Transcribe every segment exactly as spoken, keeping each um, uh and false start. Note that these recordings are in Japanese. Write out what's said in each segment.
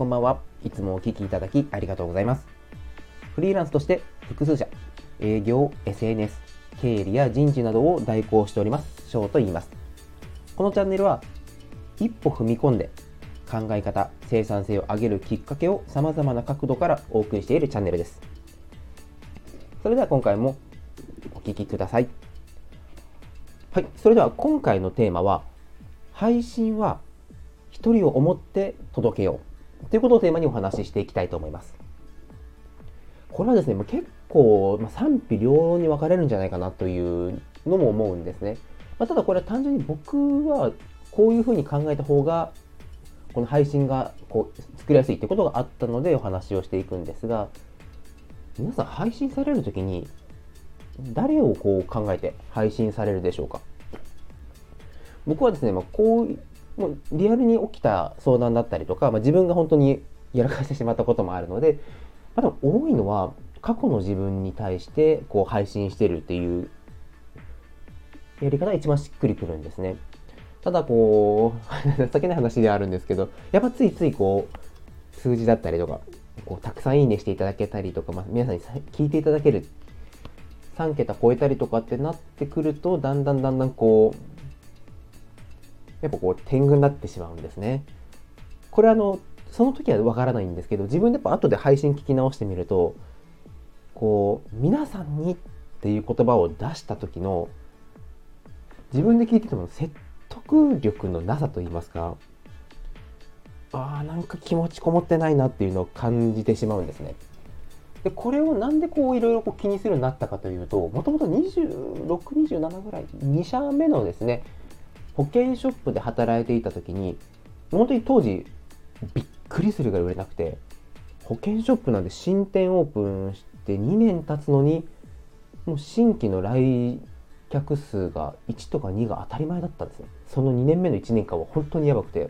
こんばんは。いつもお聞きいただきありがとうございます。フリーランスとして複数社、営業、エスエヌエス、経理や人事などを代行しております、翔と言います。このチャンネルは、一歩踏み込んで考え方、生産性を上げるきっかけを様々な角度からお送りしているチャンネルです。それでは今回もお聞きください。はい、それでは今回のテーマは、配信は一人を思って届けようということをテーマにお話ししていきたいと思います。これはですね、もう結構、まあ、賛否両論に分かれるんじゃないかなというのも思うんですね。まあ、ただこれは単純に僕はこういうふうに考えた方がこの配信がこう作りやすいということがあったのでお話をしていくんですが、皆さん配信されるときに誰をこう考えて配信されるでしょうか。僕はですね、まあ、こうもうリアルに起きた相談だったりとか、まあ、自分が本当にやらかしてしまったこともあるので、まあ、でも多いのは過去の自分に対してこう配信してるっていうやり方が一番しっくりくるんですね。ただこう情けない話ではあるんですけど、やっぱついついこう数字だったりとかこうたくさんいいねしていただけたりとか、まあ、皆さんに聞いていただけるさん桁超えたりとかってなってくると、だんだんだんだんこうやっぱこう天狗になってしまうんですね。これあのその時はわからないんですけど、自分でやっぱ後で配信聞き直してみると、こう皆さんにっていう言葉を出した時の自分で聞いてても説得力のなさと言いますか、あーなんか気持ちこもってないなっていうのを感じてしまうんですね。でこれをなんでこういろいろ気にするようになったかというと、もともとにじゅうろく、にじゅうななぐらいに社目のですね保険ショップで働いていた時に、本当に当時びっくりするぐらい売れなくて、保険ショップなんで新店オープンしてにねん経つのに、もう新規の来客数がいちとかにが当たり前だったんですね。そのにねんめのいちねんかんは本当にやばくて、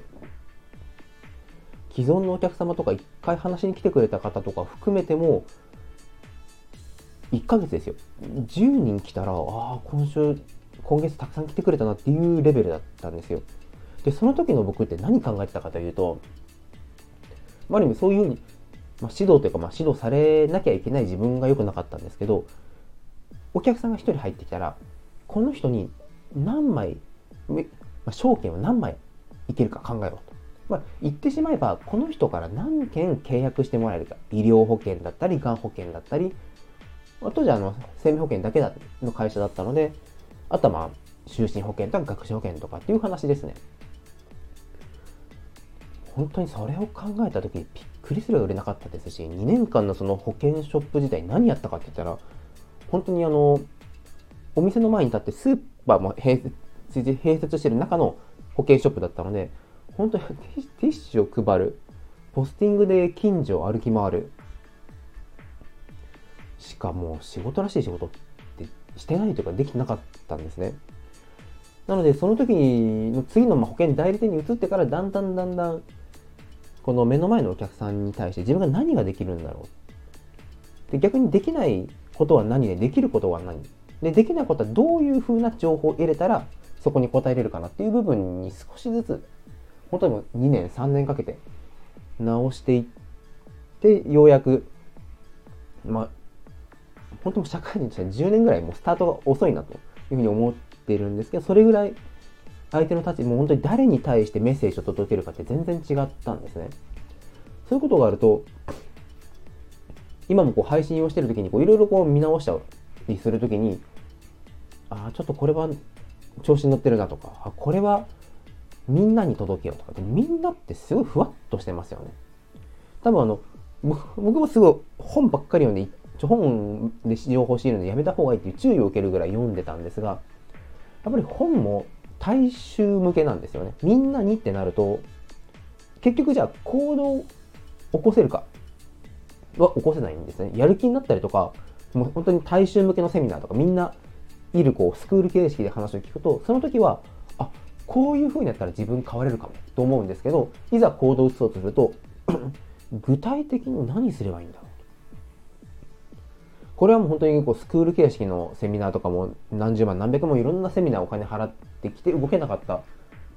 既存のお客様とかいっかい話に来てくれた方とか含めてもいっかげつですよ、じゅうにん来たら、ああ今週今月たくさん来てくれたなっていうレベルだったんですよ。でその時の僕って何考えてたかというと、ある意味そういうふうに、まあ、指導というか、まあ、指導されなきゃいけない自分が良くなかったんですけど、お客さんがひとり入ってきたら、この人に何枚、まあ、証券を何枚いけるか考えろと。まあ、言ってしまえばこの人から何件契約してもらえるか、医療保険だったりがん保険だったり、当時はあの生命保険だけの会社だったので、あとはまあ就寝保険とか学資保険とかっていう話ですね。本当にそれを考えた時にびっくりするぐらい売れなかったですし、にねんかんのその保険ショップ時代何やったかって言ったら、本当にあのお店の前に立ってスーパーも併設併設してる中の保険ショップだったので、本当にティッシュを配る、ポスティングで近所を歩き回るしかもう仕事らしい仕事ってしてないというかできてなかったんですね。なのでその時の次の保険代理店に移ってから、だんだんだんだんこの目の前のお客さんに対して自分が何ができるんだろうで、逆にできないことは何で、できることは何で、できないことはどういう風な情報を入れたらそこに答えれるかなっていう部分に少しずつ、本当ににねんさんねんかけて直していって、ようやくまあ本当に社会人としてはじゅうねんぐらいもうスタートが遅いなというふうに思ってるんですけど、それぐらい相手の立場、もう本当に誰に対してメッセージを届けるかって全然違ったんですね。そういうことがあると、今もこう配信をしてる時にいろいろこう見直したりする時に、ああちょっとこれは調子に乗ってるなとか、あこれはみんなに届けようとか、でみんなってすごいふわっとしてますよね。多分あの僕もすごい本ばっかり読んで、本で情報を仕入れるのやめた方がいいっていう注意を受けるぐらい読んでたんですが、やっぱり本も大衆向けなんですよね。みんなにってなると、結局じゃあ行動を起こせるかは起こせないんですね。やる気になったりとか、もう本当に大衆向けのセミナーとかみんないるこうスクール形式で話を聞くと、その時はあこういう風にやったら自分変われるかもと思うんですけど、いざ行動を移そうとすると具体的に何すればいいんだろう。これはもう本当にこうスクール形式のセミナーとかも何十万何百万いろんなセミナーお金払ってきて動けなかった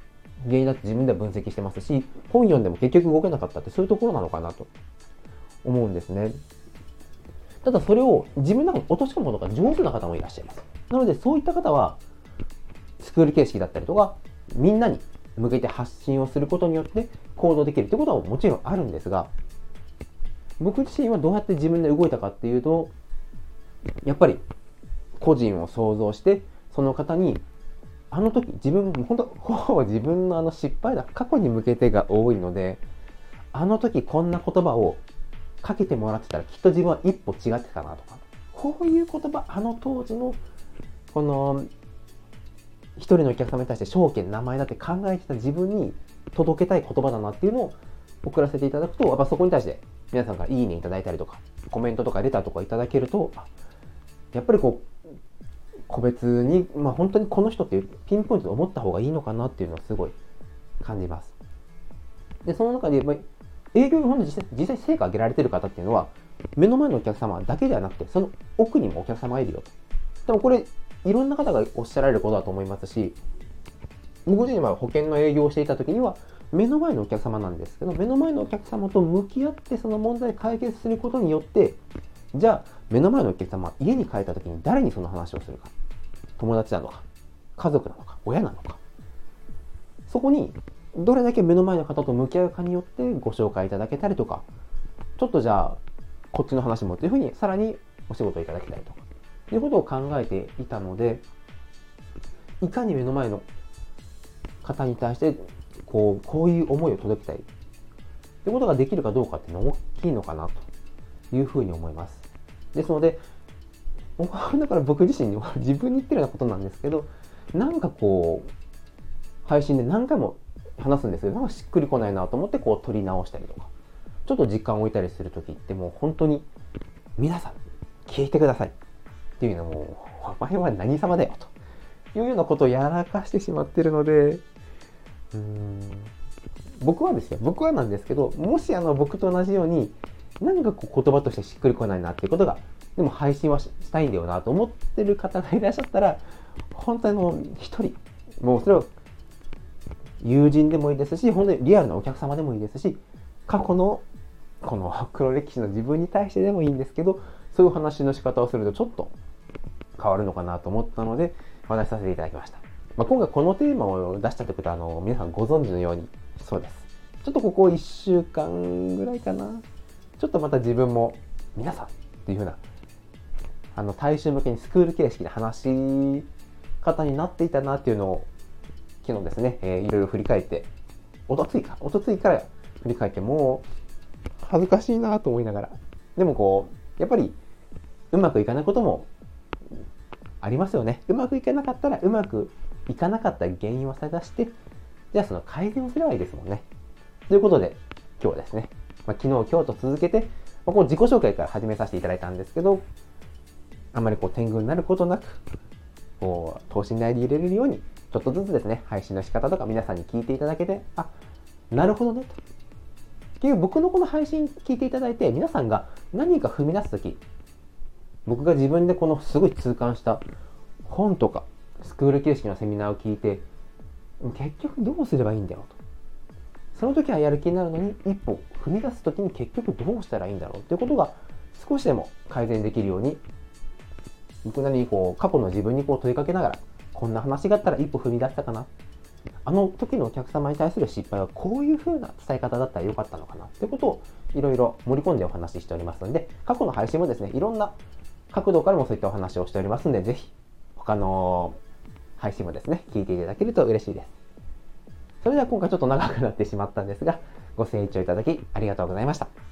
原因だって自分では分析してますし、本読んでも結局動けなかったってそういうところなのかなと思うんですね。ただそれを自分の中に落とし込むことが上手な方もいらっしゃいます。なのでそういった方はスクール形式だったりとか、みんなに向けて発信をすることによって行動できるってことはもちろんあるんですが、僕自身はどうやって自分で動いたかっていうと、やっぱり個人を想像して、その方にあの時自分本当ほぼ自分のあの失敗だ過去に向けてが多いので、あの時こんな言葉をかけてもらってたらきっと自分は一歩違ってたなとか、こういう言葉、あの当時のこの一人のお客様に対して証券名前だって考えてた自分に届けたい言葉だなっていうのを送らせていただくと、やっぱそこに対して皆さんがいいねいただいたりとかコメントとかレターとかいただけると、やっぱりこう個別に、まあ、本当にこの人っていうピンポイントで思った方がいいのかなっていうのをすごい感じます。でその中で、まあ、営業の実際、実際成果を上げられている方っていうのは目の前のお客様だけではなくて、その奥にもお客様がいるよと。でもこれいろんな方がおっしゃられることだと思いますし、僕自身は保険の営業をしていた時には目の前のお客様なんですけど、目の前のお客様と向き合ってその問題を解決することによって、じゃあ目の前のお客様は家に帰った時に誰にその話をするか、友達なのか家族なのか親なのか、そこにどれだけ目の前の方と向き合うかによってご紹介いただけたりとか、ちょっとじゃあこっちの話もっていうふうにさらにお仕事をいただけたりとかということを考えていたので、いかに目の前の方に対してこう、こういう思いを届けたいということができるかどうかっていうのは大きいのかなというふうに思います。ですので、だから僕自身に自分に言ってるようなことなんですけど、なんかこう配信で何回も話すんですけど、なんかしっくりこないなと思ってこう撮り直したりとか、ちょっと時間を置いたりするときってもう本当に皆さん聞いてくださいっていうのも、お前は何様だよというようなことをやらかしてしまっているので、うーん僕はですよ僕はなんですけど、もしあの僕と同じように何かこう言葉としてしっくりこないなっていうことが、でも配信はしたいんだよなと思ってる方がいらっしゃったら、本当にもう一人、もうそれは友人でもいいですし、本当にリアルなお客様でもいいですし、過去のこの黒歴史の自分に対してでもいいんですけど、そういう話の仕方をするとちょっと変わるのかなと思ったのでお話しさせていただきました。まあ、今回このテーマを出したということはあの皆さんご存知のように、そうです。ちょっとここいっしゅうかんぐらいかな。ちょっとまた自分も皆さんっていう風なあの大衆向けにスクール形式で話し方になっていたなっていうのを昨日ですね、えー、いろいろ振り返って、おとついか、おとついから振り返ってもう恥ずかしいなと思いながら、でもこうやっぱりうまくいかないこともありますよね。うまくいかなかったらうまくいかなかった原因を探して、じゃあその改善をすればいいですもんね。ということで今日はですね、まあ、昨日今日と続けて、まあ、こう自己紹介から始めさせていただいたんですけど、あまりこう天狗になることなく、こう等身大で入れれるようにちょっとずつですね、配信の仕方とか皆さんに聞いていただけて、あ、なるほどねと。結局僕のこの配信聞いていただいて、皆さんが何か踏み出すとき、僕が自分でこのすごい痛感した本とかスクール形式のセミナーを聞いて、結局どうすればいいんだよと。その時はやる気になるのに、一歩踏み出す時に結局どうしたらいいんだろうっていうことが少しでも改善できるように、僕なりにこう過去の自分にこう問いかけながら、こんな話があったら一歩踏み出したかな、あの時のお客様に対する失敗はこういう風な伝え方だったらよかったのかなってことをいろいろ盛り込んでお話ししておりますので、過去の配信もですね、いろんな角度からもそういったお話をしておりますので、ぜひ他の配信もですね、聞いていただけると嬉しいです。それでは今回ちょっと長くなってしまったんですが、ご清聴いただきありがとうございました。